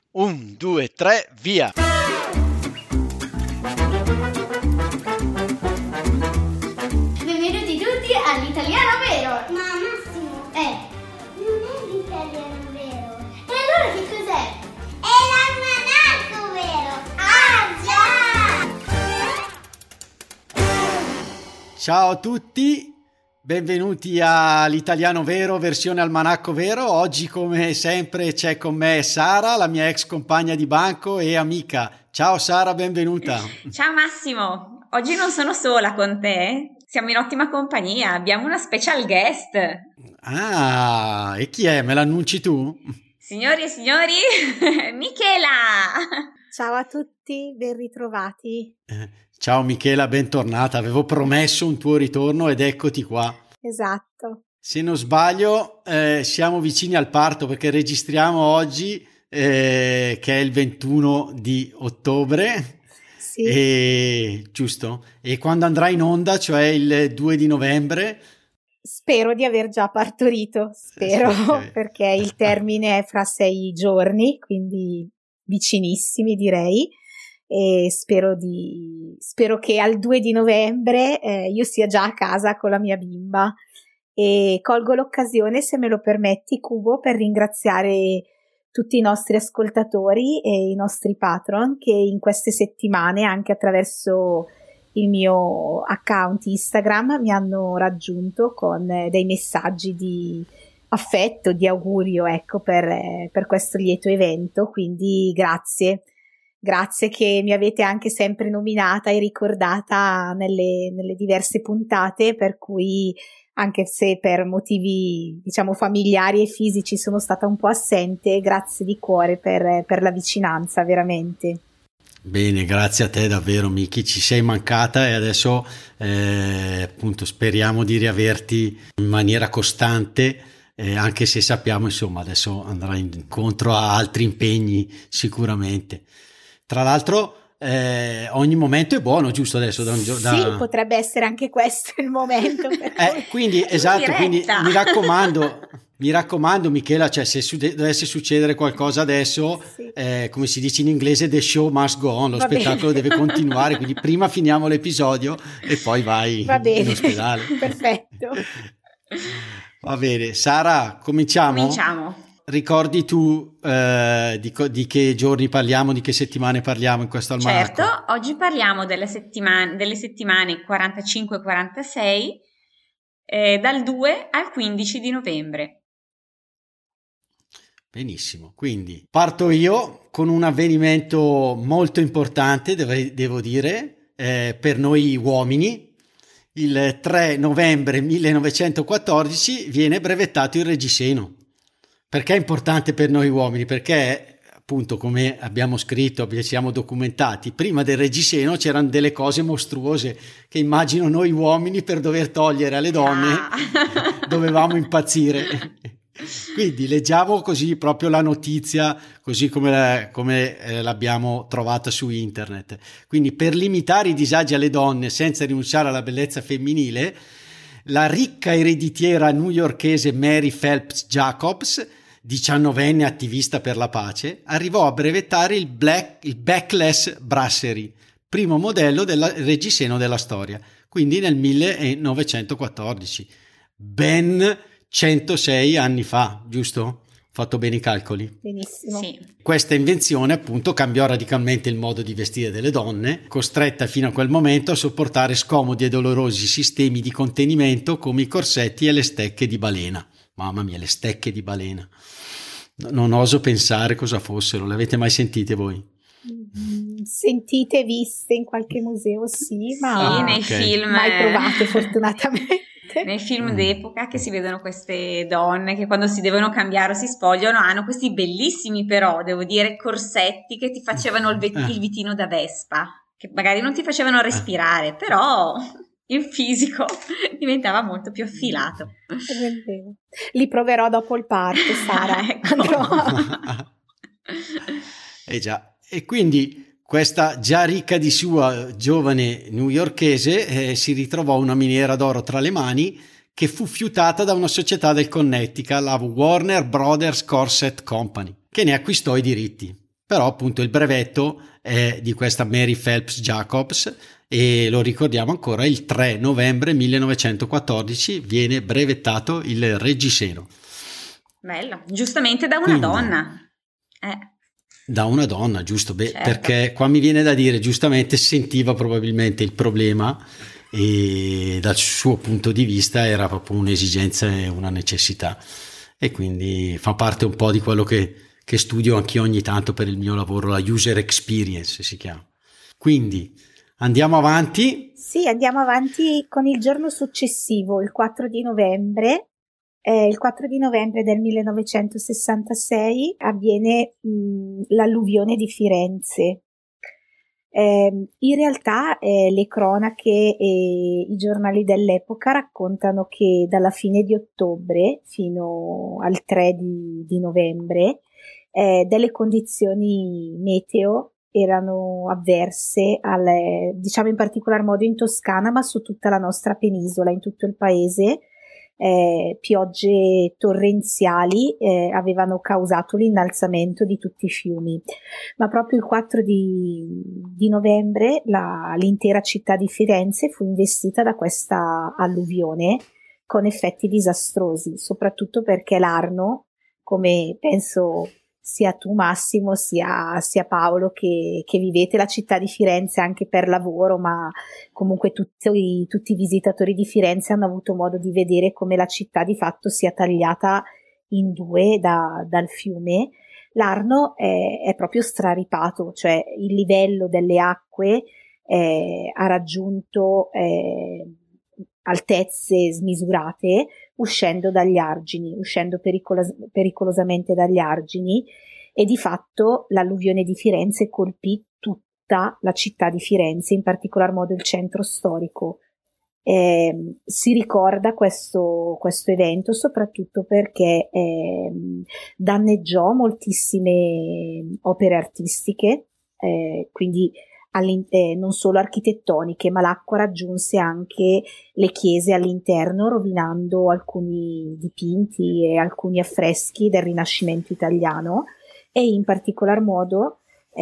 1, 2, 3, via! Benvenuti tutti all'Italiano Vero! Ma Massimo, non è l'italiano vero. E allora che cos'è? È l'almanacco vero. Ah già! Ciao a tutti, benvenuti all'Italiano Vero, versione Almanacco Vero. Oggi come sempre c'è con me Sara, la mia ex compagna di banco e amica. Ciao Sara, benvenuta. Ciao Massimo, oggi non sono sola con te, siamo in ottima compagnia, abbiamo una special guest. Ah, e chi è? Me l'annunci tu? Signori e signori, Michela! Ciao a tutti, ben ritrovati. Ciao Michela, bentornata. Avevo promesso un tuo ritorno ed eccoti qua. Esatto. Se non sbaglio, siamo vicini al parto perché registriamo oggi, che è il 21 di ottobre. Sì. Giusto? E quando andrà in onda, cioè il 2 di novembre? Spero di aver già partorito, spero, Okay. perché il termine è fra 6 giorni, quindi vicinissimi direi. E spero che al 2 di novembre io sia già a casa con la mia bimba. E colgo l'occasione, se me lo permetti, Cubo, per ringraziare tutti i nostri ascoltatori e i nostri patron che in queste settimane, anche attraverso il mio account Instagram, mi hanno raggiunto con dei messaggi di affetto, di augurio, ecco, per questo lieto evento. Quindi grazie che mi avete anche sempre nominata e ricordata nelle diverse puntate, per cui anche se per motivi diciamo familiari e fisici sono stata un po' assente, grazie di cuore per la vicinanza, veramente. Bene, grazie a te davvero Miki, ci sei mancata e adesso appunto speriamo di riaverti in maniera costante, anche se sappiamo insomma adesso andrà incontro a altri impegni sicuramente. Tra l'altro ogni momento è buono, giusto adesso? Sì, potrebbe essere anche questo il momento. Quindi esatto, quindi mi raccomando Michela, cioè se dovesse succedere qualcosa adesso, sì. Come si dice in inglese, the show must go on, lo spettacolo deve continuare, quindi prima finiamo l'episodio e poi vai in ospedale. Perfetto. Va bene, Sara, cominciamo. Ricordi tu di che giorni parliamo, di che settimane parliamo in questo almanacco? Certo, oggi parliamo delle settimane 45-46, dal 2 al 15 di novembre. Benissimo, quindi parto io con un avvenimento molto importante, devo dire, per noi uomini. Il 3 novembre 1914 viene brevettato il reggiseno. Perché è importante per noi uomini? Perché appunto, come abbiamo scritto, ci siamo documentati, prima del reggiseno c'erano delle cose mostruose che immagino noi uomini per dover togliere alle donne dovevamo impazzire. Quindi leggiamo così proprio la notizia così come l'abbiamo trovata su internet. Quindi per limitare i disagi alle donne senza rinunciare alla bellezza femminile, la ricca ereditiera newyorkese Mary Phelps Jacobs, 19enne attivista per la pace, arrivò a brevettare il Backless Brasserie, primo modello del reggiseno della storia, quindi nel 1914, ben 106 anni fa, giusto? Ho fatto bene i calcoli? Benissimo. Sì. Questa invenzione appunto cambiò radicalmente il modo di vestire delle donne, costrette fino a quel momento a sopportare scomodi e dolorosi sistemi di contenimento come i corsetti e le stecche di balena. Mamma mia, le stecche di balena. Non oso pensare cosa fossero. Le avete mai sentite voi? Sentite, viste in qualche museo, sì, ma sì, nei film. Mai provate fortunatamente. Nei film d'epoca che si vedono queste donne che quando si devono cambiare o si spogliano hanno questi bellissimi, però devo dire, corsetti che ti facevano il vitino da Vespa, che magari non ti facevano respirare, però il fisico diventava molto più affilato. Li proverò dopo il parto, Sara. Ecco. Già. E quindi questa già ricca di sua giovane newyorkese si ritrovò una miniera d'oro tra le mani che fu fiutata da una società del Connecticut, la Warner Brothers Corset Company, che ne acquistò i diritti. però appunto il brevetto è di questa Mary Phelps Jacobs e lo ricordiamo ancora, il 3 novembre 1914 viene brevettato il reggiseno. Bello, giustamente da una Quindi, donna. Da una donna, giusto? Beh, Certo. perché qua mi viene da dire, giustamente sentiva probabilmente il problema e dal suo punto di vista era proprio un'esigenza e una necessità, e quindi fa parte un po' di quello che studio anch'io ogni tanto per il mio lavoro, la user experience si chiama. Quindi andiamo avanti. Sì, andiamo avanti con il giorno successivo, il 4 di novembre. Il 4 di novembre del 1966 avviene l'alluvione di Firenze. In realtà le cronache e i giornali dell'epoca raccontano che dalla fine di ottobre fino al 3 di novembre delle condizioni meteo erano avverse, diciamo in particolar modo in Toscana, ma su tutta la nostra penisola, in tutto il paese. Piogge torrenziali avevano causato l'innalzamento di tutti i fiumi, ma proprio il 4 di novembre l'intera città di Firenze fu investita da questa alluvione con effetti disastrosi, soprattutto perché l'Arno, come penso sia tu Massimo sia Paolo che vivete la città di Firenze anche per lavoro, ma comunque tutti i visitatori di Firenze hanno avuto modo di vedere come la città di fatto sia tagliata in due dal fiume. L'Arno è proprio straripato, cioè il livello delle acque ha raggiunto altezze smisurate uscendo dagli argini, uscendo pericolosamente dagli argini, e di fatto l'alluvione di Firenze colpì tutta la città di Firenze, in particolar modo il centro storico. Si ricorda questo evento soprattutto perché danneggiò moltissime opere artistiche, quindi non solo architettoniche, ma l'acqua raggiunse anche le chiese all'interno, rovinando alcuni dipinti e alcuni affreschi del Rinascimento italiano, e in particolar modo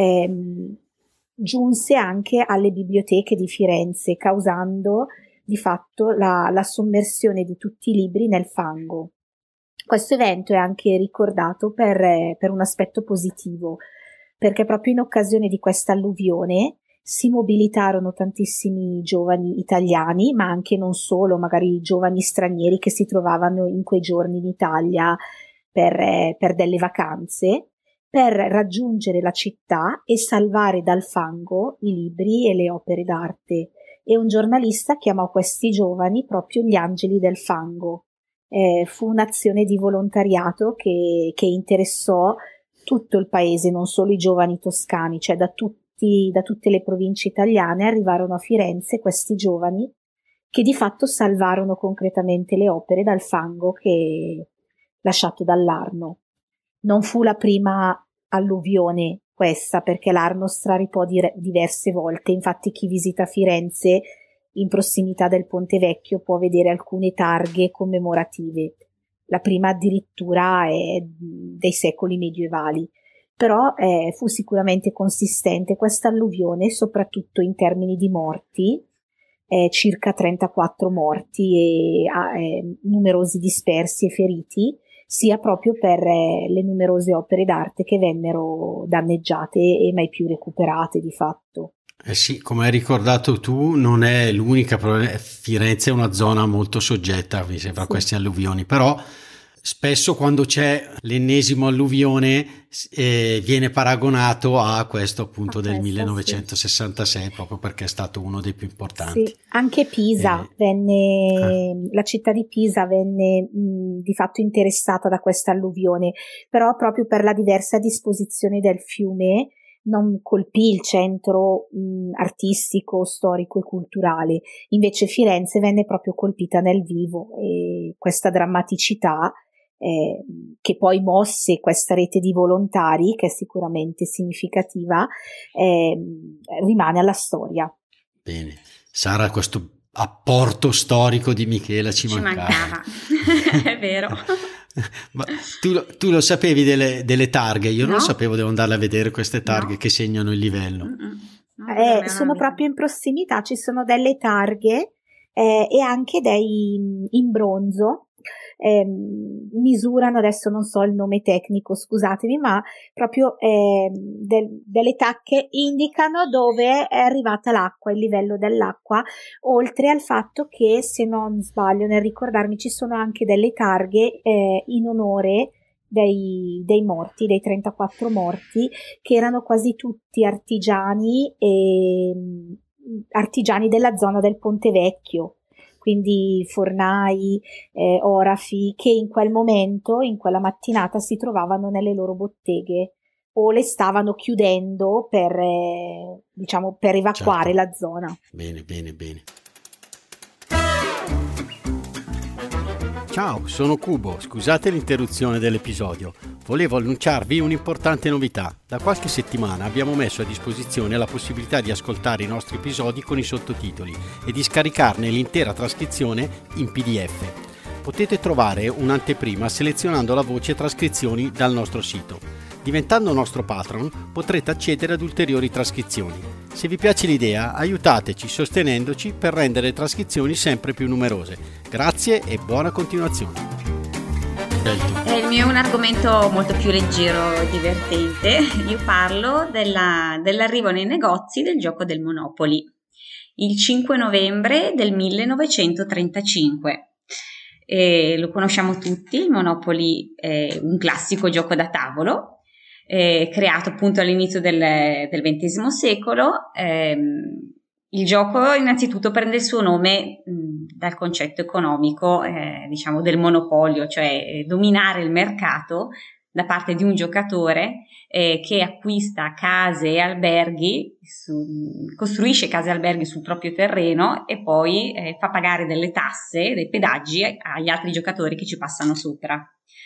giunse anche alle biblioteche di Firenze, causando di fatto la sommersione di tutti i libri nel fango. Questo evento è anche ricordato per un aspetto positivo, perché proprio in occasione di questa alluvione si mobilitarono tantissimi giovani italiani, ma anche non solo, magari giovani stranieri che si trovavano in quei giorni in Italia per delle vacanze, per raggiungere la città e salvare dal fango i libri e le opere d'arte. E un giornalista chiamò questi giovani proprio gli angeli del fango. Fu un'azione di volontariato che interessò tutto il paese, non solo i giovani toscani, cioè da tutte le province italiane arrivarono a Firenze questi giovani che di fatto salvarono concretamente le opere dal fango lasciato dall'Arno. Non fu la prima alluvione questa, perché l'Arno straripò diverse volte, infatti chi visita Firenze in prossimità del Ponte Vecchio può vedere alcune targhe commemorative. La prima addirittura è dei secoli medievali, però fu sicuramente consistente questa alluvione, soprattutto in termini di morti, circa 34 morti e numerosi dispersi e feriti, sia proprio per le numerose opere d'arte che vennero danneggiate e mai più recuperate di fatto. Sì, come hai ricordato tu, non è l'unica, Firenze è una zona molto soggetta, mi sembra, a queste alluvioni, però spesso quando c'è l'ennesimo alluvione viene paragonato a questo appunto del 1966, proprio perché è stato uno dei più importanti. Sì, anche Pisa la città di Pisa venne di fatto interessata da questa alluvione, però proprio per la diversa disposizione del fiume non colpì il centro artistico, storico e culturale. Invece Firenze venne proprio colpita nel vivo, e questa drammaticità che poi mosse questa rete di volontari, che è sicuramente significativa, rimane alla storia. Bene, Sara, questo apporto storico di Michela ci mancava. È vero. Ma tu lo sapevi delle targhe? Io non lo No? sapevo, devo andarle a vedere queste targhe No. che segnano il livello. No, per me non Sono mi- proprio in prossimità, ci sono delle targhe e anche dei in bronzo. Misurano, adesso non so il nome tecnico, scusatemi, ma proprio delle tacche indicano dove è arrivata l'acqua, il livello dell'acqua, oltre al fatto che, se non sbaglio nel ricordarmi, ci sono anche delle targhe in onore dei morti, dei 34 morti, che erano quasi tutti artigiani della zona del Ponte Vecchio, quindi fornai, orafi, che in quel momento, in quella mattinata, si trovavano nelle loro botteghe o le stavano chiudendo per evacuare Certo. la zona. Bene. Ciao, sono Cubo, scusate l'interruzione dell'episodio. Volevo annunciarvi un'importante novità. Da qualche settimana abbiamo messo a disposizione la possibilità di ascoltare i nostri episodi con i sottotitoli e di scaricarne l'intera trascrizione in PDF. Potete trovare un'anteprima selezionando la voce trascrizioni dal nostro sito. Diventando nostro patron potrete accedere ad ulteriori trascrizioni. Se vi piace l'idea, aiutateci sostenendoci per rendere le trascrizioni sempre più numerose. Grazie e buona continuazione. Il mio è un argomento molto più leggero e divertente. Io parlo dell'arrivo nei negozi del gioco del Monopoly, il 5 novembre del 1935. Lo conosciamo tutti, il Monopoly è un classico gioco da tavolo, creato appunto all'inizio del XX secolo. Il gioco innanzitutto prende il suo nome dal concetto economico, diciamo, del monopolio, cioè dominare il mercato da parte di un giocatore che acquista case e alberghi, costruisce case e alberghi sul proprio terreno e poi fa pagare delle tasse, dei pedaggi agli altri giocatori che ci passano sopra.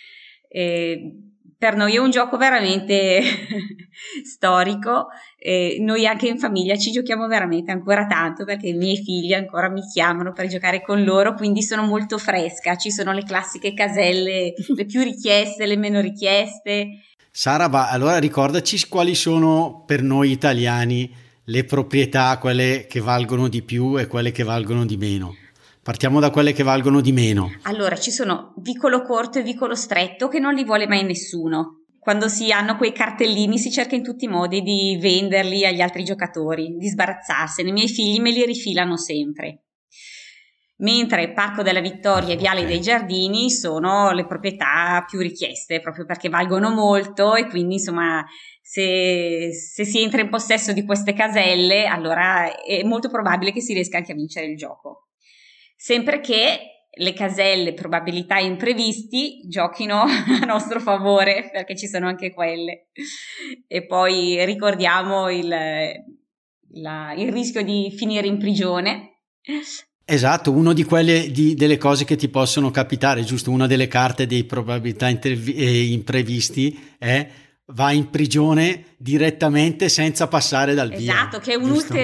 Per noi è un gioco veramente storico, noi anche in famiglia ci giochiamo veramente ancora tanto, perché i miei figli ancora mi chiamano per giocare con loro, quindi sono molto fresca. Ci sono le classiche caselle, le più richieste, le meno richieste. Sara, allora ricordaci quali sono per noi italiani le proprietà, quelle che valgono di più e quelle che valgono di meno. Partiamo da quelle che valgono di meno. Allora, ci sono vicolo corto e vicolo stretto, che non li vuole mai nessuno. Quando si hanno quei cartellini si cerca in tutti i modi di venderli agli altri giocatori, di sbarazzarsene. I miei figli me li rifilano sempre. Mentre Parco della Vittoria e Viale dei Giardini sono le proprietà più richieste, proprio perché valgono molto, e quindi insomma se si entra in possesso di queste caselle, allora è molto probabile che si riesca anche a vincere il gioco. Sempre che le caselle probabilità e imprevisti giochino a nostro favore, perché ci sono anche quelle. E poi ricordiamo il rischio di finire in prigione. Esatto, uno di quelle delle cose che ti possono capitare, giusto? Una delle carte dei probabilità imprevisti è: va in prigione direttamente senza passare dal via. Esatto, che è un giusto?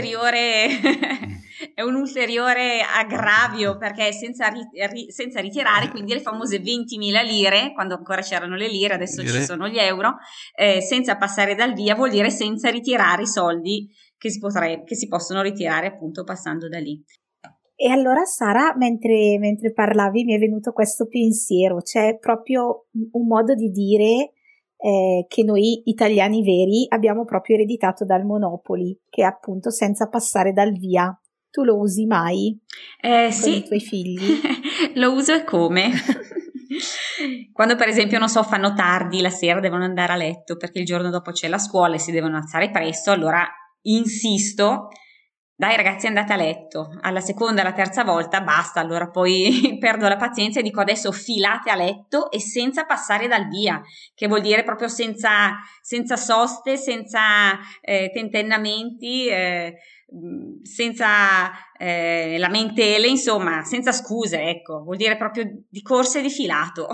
È un ulteriore aggravio, perché senza ritirare, quindi le famose 20.000 lire, quando ancora c'erano le lire, adesso ci sono gli euro, senza passare dal via vuol dire senza ritirare i soldi che si possono ritirare appunto passando da lì. E allora, Sara, mentre parlavi mi è venuto questo pensiero, c'è proprio un modo di dire che noi italiani veri abbiamo proprio ereditato dal Monopoly, che è appunto senza passare dal via. Tu lo usi mai con sì. i tuoi figli? Lo uso e come? Quando per esempio, non so, fanno tardi la sera, devono andare a letto perché il giorno dopo c'è la scuola e si devono alzare presto, allora insisto: dai ragazzi, andate a letto. Alla seconda, alla terza volta basta, allora poi perdo la pazienza e dico: adesso filate a letto e senza passare dal via, che vuol dire proprio senza soste, senza tentennamenti, senza lamentele, insomma, senza scuse, ecco, vuol dire proprio di corsa e di filato.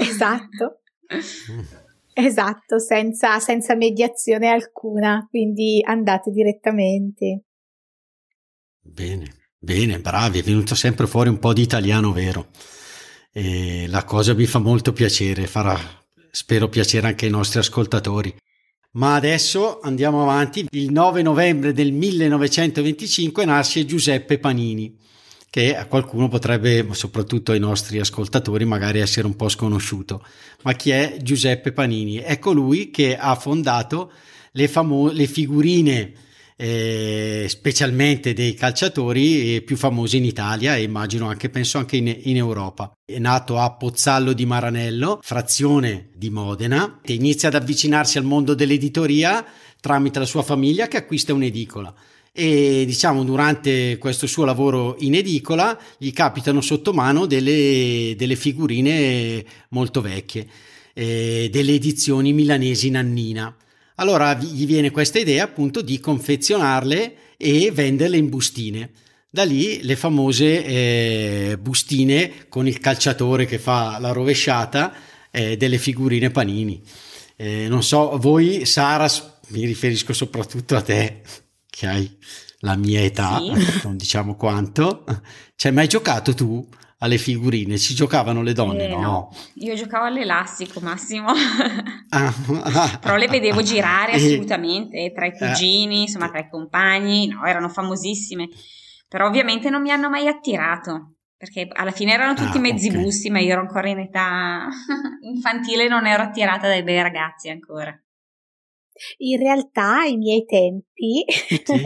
Esatto, senza mediazione alcuna, quindi andate direttamente. Bene, bravi, è venuto sempre fuori un po' di italiano vero. e la cosa mi fa molto piacere, spero piacere anche ai nostri ascoltatori. Ma adesso andiamo avanti. Il 9 novembre del 1925 nasce Giuseppe Panini, che a qualcuno potrebbe, soprattutto ai nostri ascoltatori, magari essere un po' sconosciuto. Ma chi è Giuseppe Panini? È colui che ha fondato le figurine, specialmente dei calciatori più famosi in Italia, e immagino penso anche in Europa. È nato a Pozzallo di Maranello, frazione di Modena, e inizia ad avvicinarsi al mondo dell'editoria tramite la sua famiglia, che acquista un'edicola. E durante questo suo lavoro in edicola gli capitano sotto mano delle figurine molto vecchie, delle edizioni milanesi Nannina. Allora gli viene questa idea appunto di confezionarle e venderle in bustine. Da lì le famose bustine con il calciatore che fa la rovesciata, delle figurine Panini. Non so, voi Sara, mi riferisco soprattutto a te, che hai la mia età, sì. Non diciamo quanto. Ci hai mai giocato tu alle figurine? Ci giocavano le donne? No, io giocavo all'elastico, Massimo. Però le vedevo girare assolutamente tra i cugini, insomma tra i compagni, no, erano famosissime, però ovviamente non mi hanno mai attirato, perché alla fine erano tutti mezzi busti, ma io ero ancora in età infantile, non ero attirata dai bei ragazzi ancora. In realtà ai miei tempi sì.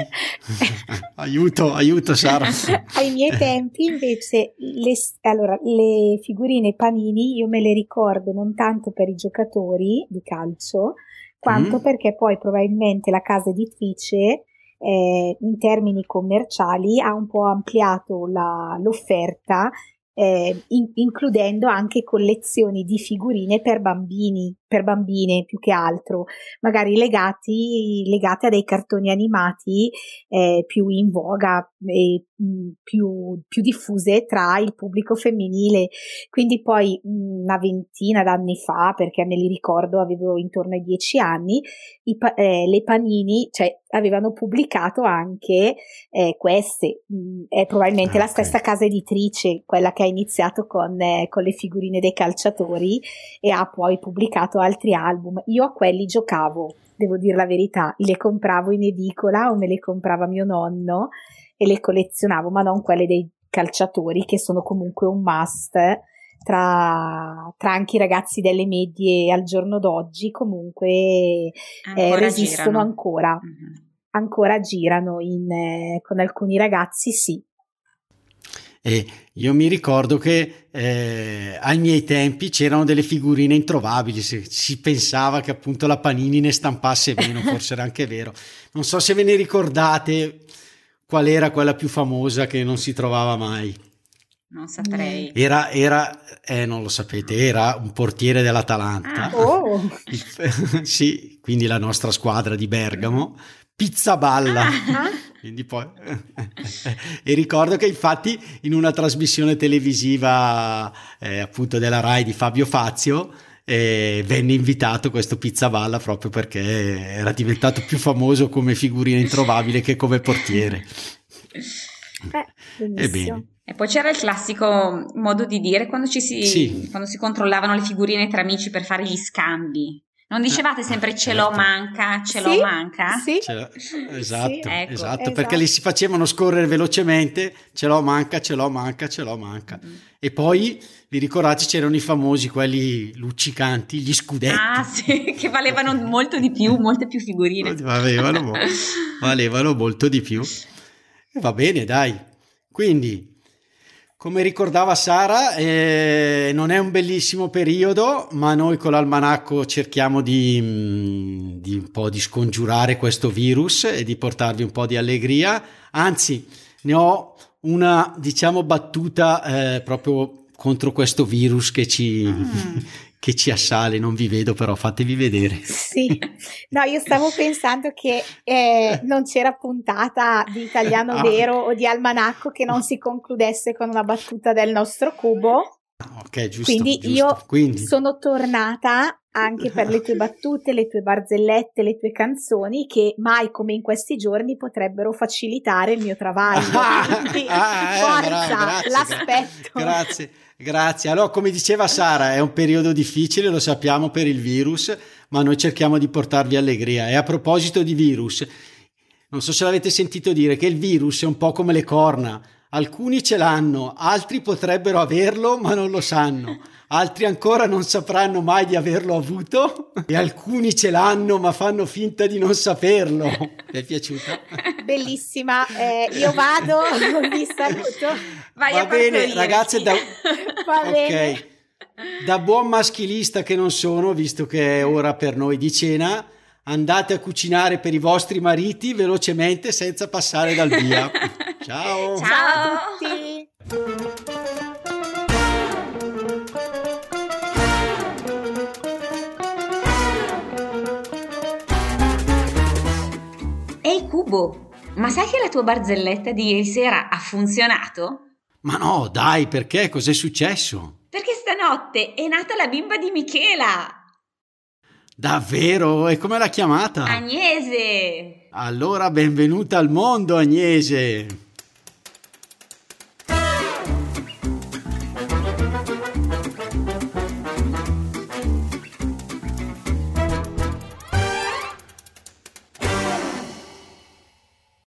aiuto Sara. Ai miei tempi invece le figurine Panini io me le ricordo non tanto per i giocatori di calcio quanto perché poi probabilmente la casa editrice in termini commerciali ha un po' ampliato l'offerta, includendo anche collezioni di figurine per bambine più che altro, magari legate a dei cartoni animati più in voga e più diffuse tra il pubblico femminile. Quindi poi una ventina d'anni fa, perché me li ricordo, avevo intorno ai 10 anni, le Panini, cioè, avevano pubblicato anche queste, è probabilmente la stessa casa editrice, quella che ha iniziato con le figurine dei calciatori e ha poi pubblicato altri album. Io a quelli giocavo, devo dire la verità, le compravo in edicola o me le comprava mio nonno e le collezionavo, ma non quelle dei calciatori, che sono comunque un must tra anche i ragazzi delle medie al giorno d'oggi. Comunque resistono ancora. Ancora girano con alcuni ragazzi, sì. E io mi ricordo che ai miei tempi c'erano delle figurine introvabili, si pensava che appunto la Panini ne stampasse meno, forse era anche vero. Non so se ve ne ricordate qual era quella più famosa che non si trovava mai. Non saprei. Non lo sapete, era un portiere dell'Atalanta. Sì, quindi la nostra squadra di Bergamo. Pizzaballa. Quindi poi e ricordo che infatti in una trasmissione televisiva appunto della Rai di Fabio Fazio venne invitato questo Pizzaballa proprio perché era diventato più famoso come figurina introvabile che come portiere. Ebbene. E poi c'era il classico modo di dire quando quando si controllavano le figurine tra amici per fare gli scambi. Non dicevate sempre ce l'ho manca, l'ho manca? Sì. Esatto, sì. Esatto, perché li si facevano scorrere velocemente, ce l'ho manca. E poi, vi ricordate, c'erano i famosi, quelli luccicanti, gli scudetti. Ah sì, che valevano molto di più, molte più figurine. Valevano molto di più. E va bene, dai. Quindi, come ricordava Sara, non è un bellissimo periodo, ma noi con l'Almanacco cerchiamo di un po' di scongiurare questo virus e di portarvi un po' di allegria. Anzi, ne ho una, battuta proprio contro questo virus che ci assale. Non vi vedo, però fatevi vedere. Sì, no, io stavo pensando che non c'era puntata di Italiano Vero o di Almanacco che non si concludesse con una battuta del nostro Cubo. Ok, giusto. Quindi giusto. io Quindi. sono tornata anche per le tue battute, le tue barzellette, le tue canzoni che mai come in questi giorni potrebbero facilitare il mio travaglio. Quindi, forza, grazie, l'aspetto. Grazie. Allora, come diceva Sara, è un periodo difficile, lo sappiamo per il virus, ma noi cerchiamo di portarvi allegria. E a proposito di virus, non so se l'avete sentito dire che il virus è un po' come le corna. Alcuni ce l'hanno, altri potrebbero averlo, ma non lo sanno. Altri ancora non sapranno mai di averlo avuto e alcuni ce l'hanno ma fanno finta di non saperlo. Ti è piaciuta? Bellissima, io vado, vi saluto. Va bene, ragazze, Va bene. ok. Da buon maschilista che non sono, visto che è ora per noi di cena, andate a cucinare per i vostri mariti velocemente senza passare dal via. Ciao! Ciao a tutti! Ehi Cubo, ma sai che la tua barzelletta di ieri sera ha funzionato? Ma no, dai, perché? Cos'è successo? Perché stanotte è nata la bimba di Michela! Davvero? E come l'ha chiamata? Agnese! Allora, benvenuta al mondo, Agnese!